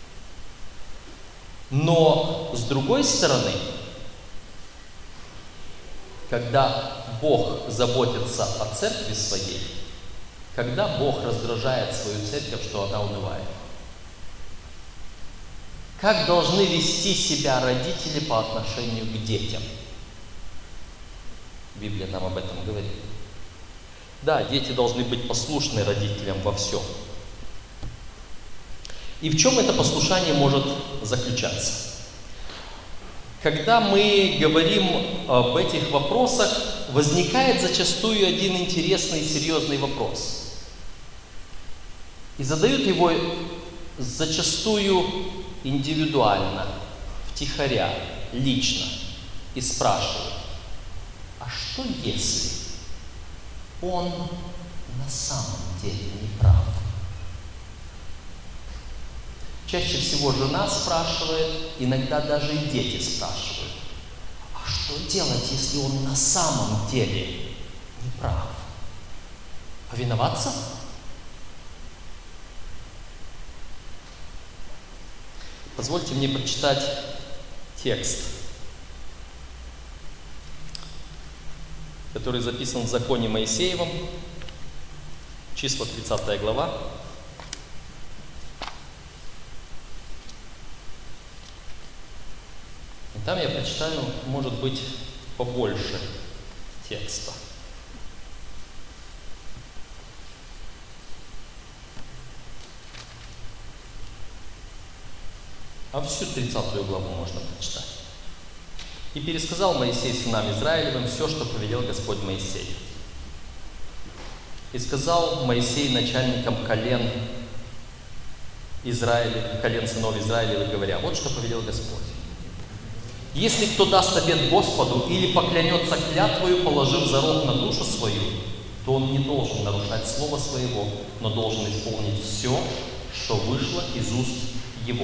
Но, с другой стороны, когда Бог заботится о церкви своей, когда Бог раздражает свою церковь, что она унывает, как должны вести себя родители по отношению к детям? Библия нам об этом говорит. Да, дети должны быть послушны родителям во всем. И в чем это послушание может заключаться? Когда мы говорим об этих вопросах, возникает зачастую один интересный и серьезный вопрос. И задают его зачастую индивидуально, втихаря, лично, и спрашивают: а что если он на самом деле не прав? Чаще всего жена спрашивает, иногда даже и дети спрашивают: а что делать, если он на самом деле не прав? Повиноваться? Позвольте мне прочитать текст, который записан в законе Моисеевом, числа 30 глава. И там я прочитаю, может быть, побольше текста. А всю 30 главу можно прочитать. «И пересказал Моисей сынам Израилевым все, что повелел Господь Моисею. И сказал Моисей начальникам колен сынов Израилевых, говоря: вот что повелел Господь. Если кто даст обет Господу или поклянется клятвою, положив зарок на душу свою, то он не должен нарушать слово своего, но должен исполнить все, что вышло из уст его».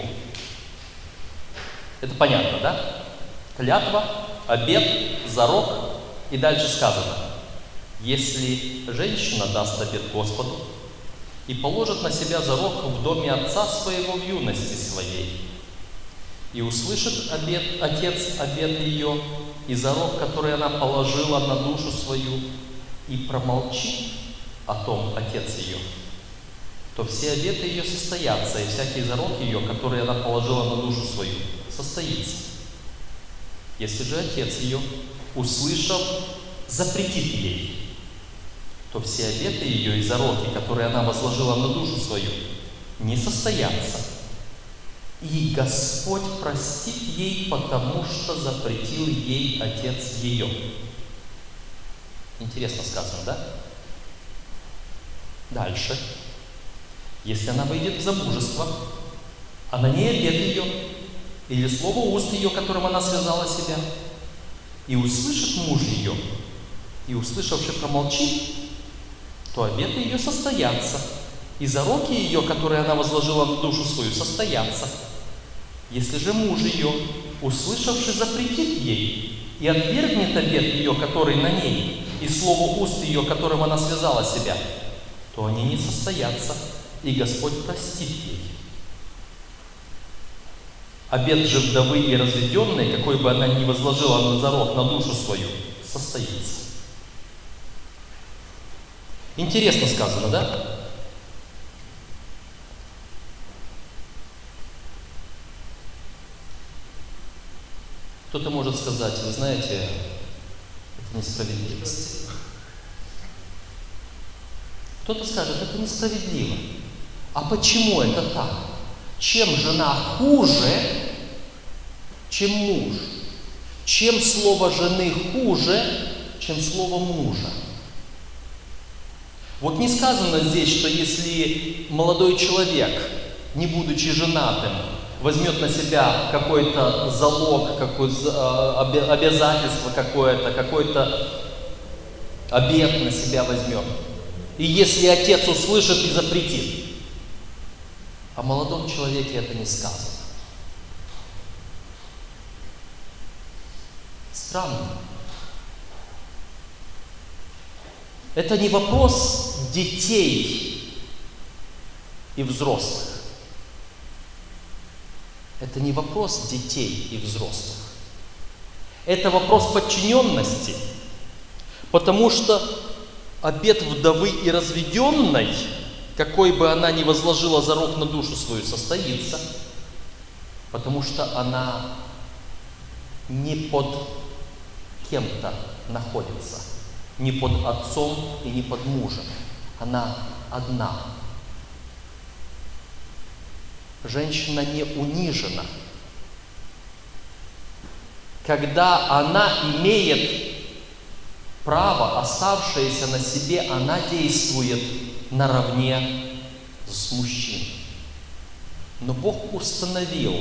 Это понятно, да? Клятва, обет, зарок, и дальше сказано: если женщина даст обет Господу и положит на себя зарок в доме отца своего в юности своей, и услышит отец обет ее и зарок, который она положила на душу свою, и промолчит о том отец ее, то все обеты ее состоятся, и всякий зарок ее, который она положила на душу свою, состоится. Если же отец ее, услышав, запретит ей, то все обеты ее и зароки, которые она возложила на душу свою, не состоятся. и Господь простит ей, потому что запретил ей отец ее. Интересно сказано, да? Дальше. Если она выйдет в замужество, а на ней обет ее, или слово уст ее, которым она связала себя, и услышит муж ее, и услышавши промолчит, то обеты ее состоятся, и зароки ее, которые она возложила на душу свою, состоятся. Если же муж ее, услышавши, запретит ей, и отвергнет обет ее, который на ней, и слово уст ее, которым она связала себя, то они не состоятся, и Господь простит ей. Обет же вдовы и разведенной, какой бы она ни возложила на зарок на душу свою, состоится. Интересно сказано, да? Кто-то может сказать: вы знаете, это несправедливость. Кто-то скажет: это несправедливо. А почему это так? Чем жена хуже, чем муж? Чем слово жены хуже, чем слово мужа? Вот не сказано здесь, что если молодой человек, не будучи женатым, возьмет на себя какой-то залог, обязательство какой-то обет на себя возьмет. И если отец услышит и запретит. О молодом человеке это не сказано. Странно. Это не вопрос детей и взрослых. Это не вопрос детей и взрослых. Это вопрос подчиненности. Потому что обет вдовы и разведенной, какой бы она ни возложила зарок на душу свою, состоится, потому что она не под кем-то находится, не под отцом и не под мужем. Она одна. Женщина не унижена. Когда она имеет право, оставшееся на себе, она действует наравне с мужчиной. Но Бог установил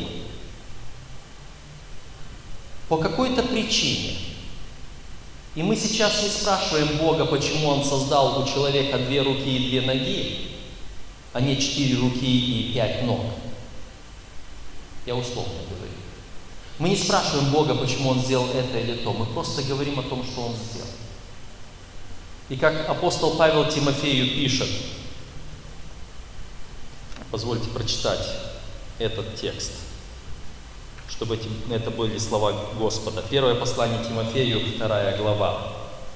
по какой-то причине. И мы сейчас не спрашиваем Бога, почему Он создал у человека 2 руки и 2 ноги, а не 4 руки и 5 ног. Я условно говорю. Мы не спрашиваем Бога, почему Он сделал это или то. Мы просто говорим о том, что Он сделал. И как апостол Павел Тимофею пишет, позвольте прочитать этот текст, чтобы это были слова Господа. Первое послание Тимофею, 2 глава.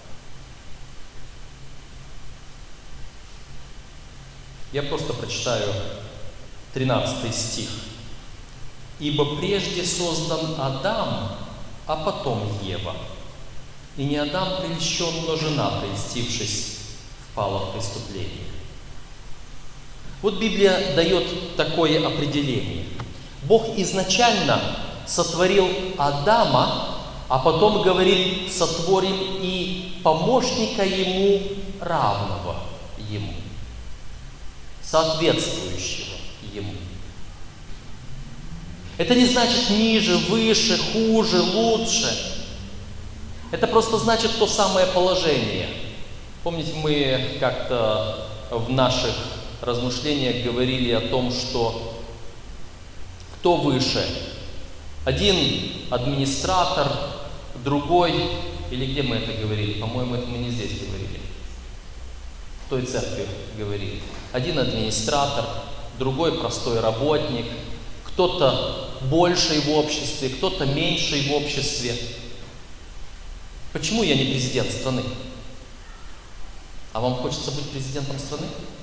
Я просто прочитаю 13 стих. «Ибо прежде создан Адам, а потом Ева. И не Адам прельщен, но жена, прельстившись, впала в преступление». Вот Библия дает такое определение. Бог изначально сотворил Адама, а потом говорит: сотворим и помощника ему, равного ему, соответствующего ему. Это не значит ниже, выше, хуже, лучше. Это просто значит то самое положение. Помните, мы как-то в наших размышлениях говорили о том, что кто выше? Один администратор, другой, или где мы это говорили? По-моему, это мы не здесь говорили. В той церкви говорили. Один администратор, другой простой работник, кто-то больший в обществе, кто-то меньший в обществе. Почему я не президент страны? А вам хочется быть президентом страны?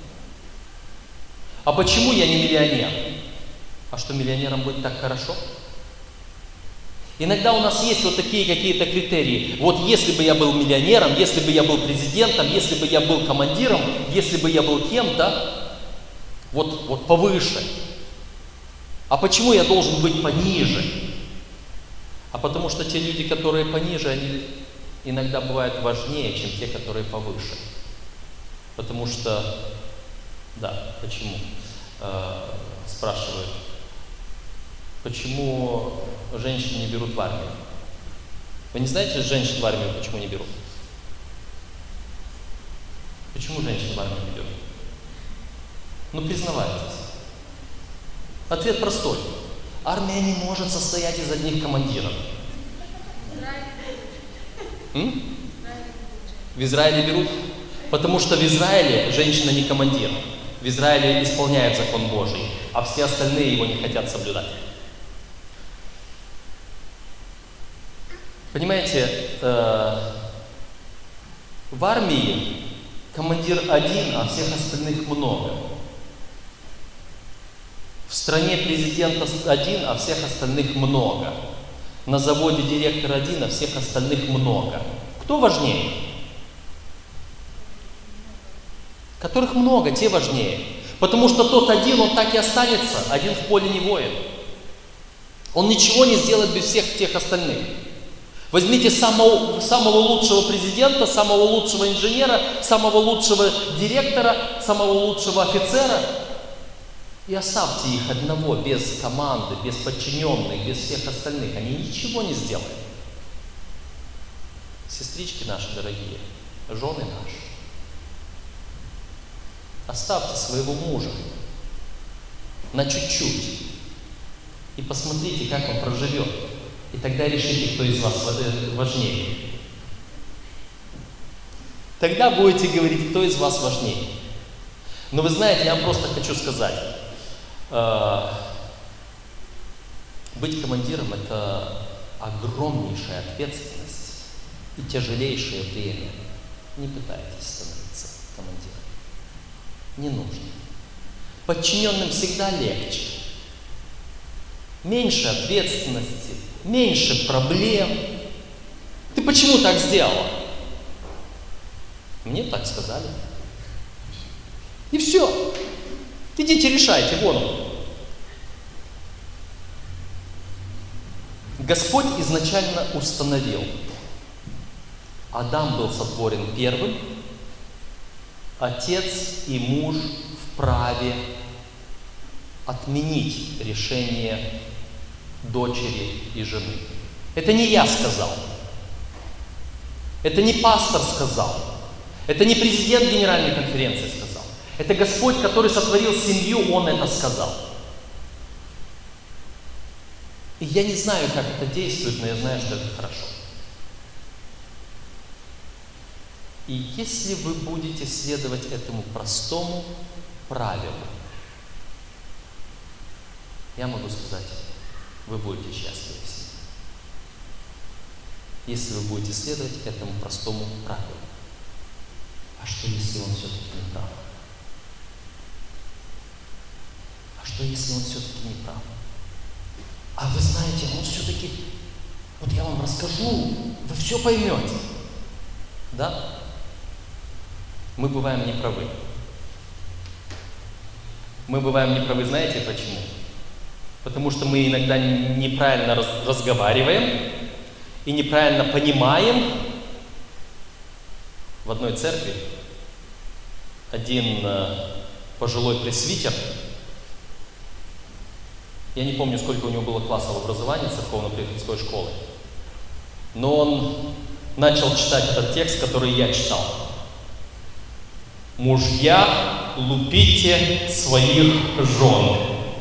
А почему я не миллионер? А что, миллионером быть так хорошо? Иногда у нас есть вот такие какие-то критерии. Вот если бы я был миллионером, если бы я был президентом, если бы я был командиром, если бы я был кем-то, вот повыше. А А почему я должен быть пониже? А потому что те люди, которые пониже, они иногда бывают важнее, чем те, которые повыше. Потому что, да, почему? Спрашивают, почему женщин не берут в армию? Вы не знаете, женщин в армию почему не берут? Почему женщин в армию не берут? Ну, признавайтесь. Ответ простой. Армия не может состоять из одних командиров. В Израиле берут? Потому что в Израиле женщина не командир. В Израиле исполняет закон Божий, а все остальные его не хотят соблюдать. Понимаете, в армии командир один, а всех остальных много. В стране президент один, а всех остальных много. На заводе директор один, а всех остальных много. Кто важнее? Которых много, те важнее. Потому что тот один, он так и останется, один в поле не воин. Он ничего не сделает без всех тех остальных. Возьмите самого лучшего президента, самого лучшего инженера, самого лучшего директора, самого лучшего офицера и оставьте их одного, без команды, без подчиненных, без всех остальных. Они ничего не сделают. Сестрички наши дорогие, жены наши, оставьте своего мужа на чуть-чуть и посмотрите, как он проживет. И тогда решите, кто из вас важнее. Тогда будете говорить, кто из вас важнее. Но вы знаете, я вам просто хочу сказать, быть командиром – это огромнейшая ответственность и тяжелейшее время. Не пытайтесь становиться командиром. Не нужно. Подчиненным всегда легче. Меньше ответственности, меньше проблем. Ты почему так сделала? Мне так сказали. И все. Идите решайте, вон он. Господь изначально установил. Адам был сотворен первым. Отец и муж вправе отменить решение дочери и жены. Это не я сказал. Это не пастор сказал. Это не президент Генеральной конференции сказал. Это Господь, который сотворил семью, Он это сказал. И я не знаю, как это действует, но я знаю, что это хорошо. И если вы будете следовать этому простому правилу, я могу сказать, вы будете счастливы в семье. Если вы будете следовать этому простому правилу. А что, если он все-таки не прав? А что, если он все-таки не прав? А вы знаете, он все-таки... Вот я вам расскажу, вы все поймете. Да? Мы бываем неправы. Мы бываем неправы, знаете почему? Потому что мы иногда неправильно разговариваем и неправильно понимаем. В одной церкви один пожилой пресвитер, я не помню, сколько у него было классов образования церковно-приходской школы, но он начал читать этот текст, который я читал. «Мужья, лупите своих жен».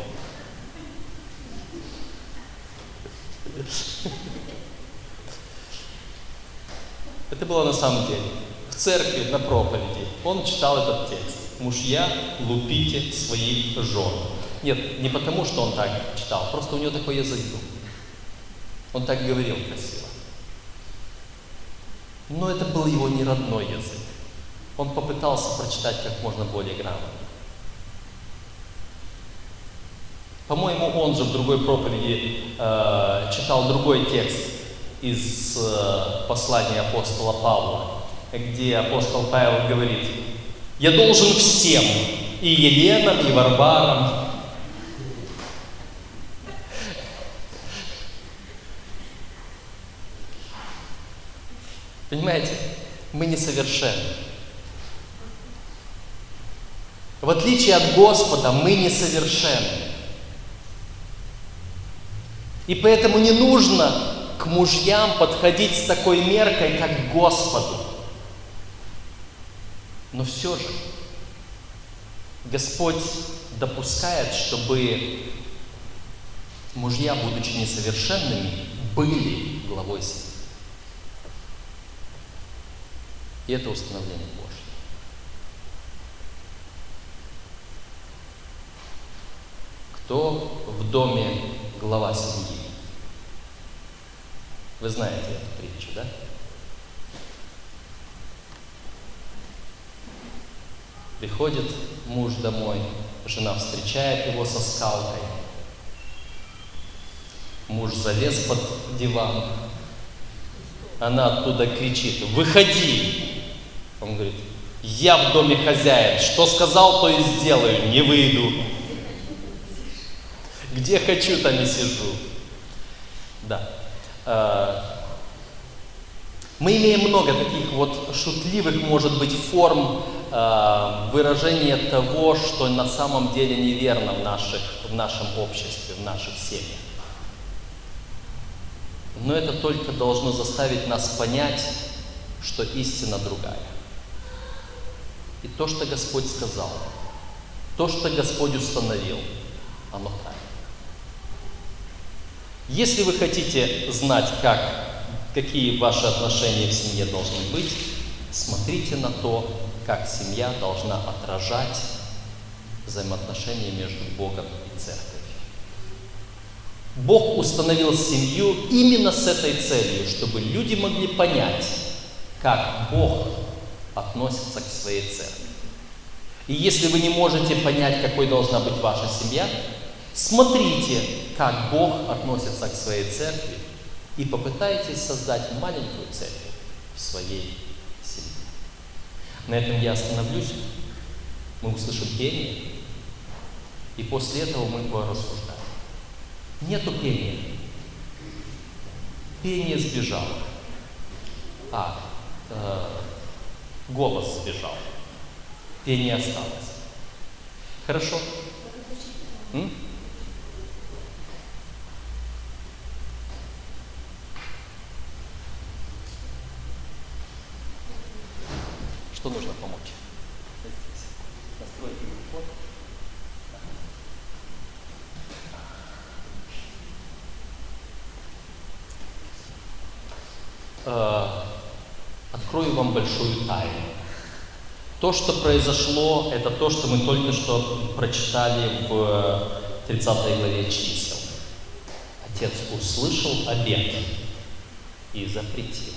Это было на самом деле. В церкви, на проповеди, он читал этот текст. «Мужья, лупите своих жен». Нет, не потому, что он так читал, просто у него такой язык был. Он так говорил красиво. Но это был его не родной язык. Он попытался прочитать как можно более грамотно. По-моему, он же в другой проповеди читал другой текст из послания апостола Павла, где апостол Павел говорит: «Я должен всем, и еленам, и варварам». Понимаете? Мы несовершенны. В отличие от Господа, мы несовершенны. И поэтому не нужно к мужьям подходить с такой меркой, как к Господу. Но все же Господь допускает, чтобы мужья, будучи несовершенными, были главой семьи. И это установление Божье. Кто в доме глава семьи? Вы знаете эту притчу, да? Приходит муж домой, жена встречает его со скалкой. Муж залез под диван, она оттуда кричит: «Выходи!» Он говорит: «Я в доме хозяин, что сказал, то и сделаю, не выйду. Где хочу, там и сижу». Да. Мы имеем много таких вот шутливых, может быть, форм выражения того, что на самом деле неверно в нашем обществе, в наших семьях. Но это только должно заставить нас понять, что истина другая. И то, что Господь сказал, то, что Господь установил, оно правильно. Если вы хотите знать, какие ваши отношения в семье должны быть, смотрите на то, как семья должна отражать взаимоотношения между Богом и Церковью. Бог установил семью именно с этой целью, чтобы люди могли понять, как Бог относится к своей церкви. И если вы не можете понять, какой должна быть ваша семья, смотрите, как Бог относится к своей церкви, и попытайтесь создать маленькую церковь в своей семье. На этом я остановлюсь. Мы услышим пение, и после этого мы порассуждаем. Нету пения. Пение сбежало. Голос сбежал. Пение осталось. Хорошо? Что нужно помочь? Настроить микрофон. Открою вам большую тайну. То, что произошло, это то, что мы только что прочитали в 30 главе Чисел. Отец услышал обет и запретил.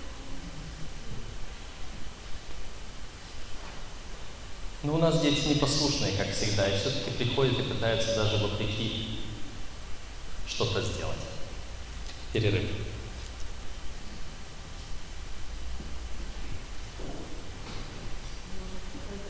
Но у нас дети непослушные, как всегда, и все-таки приходят и пытаются даже вопреки что-то сделать. Перерыв.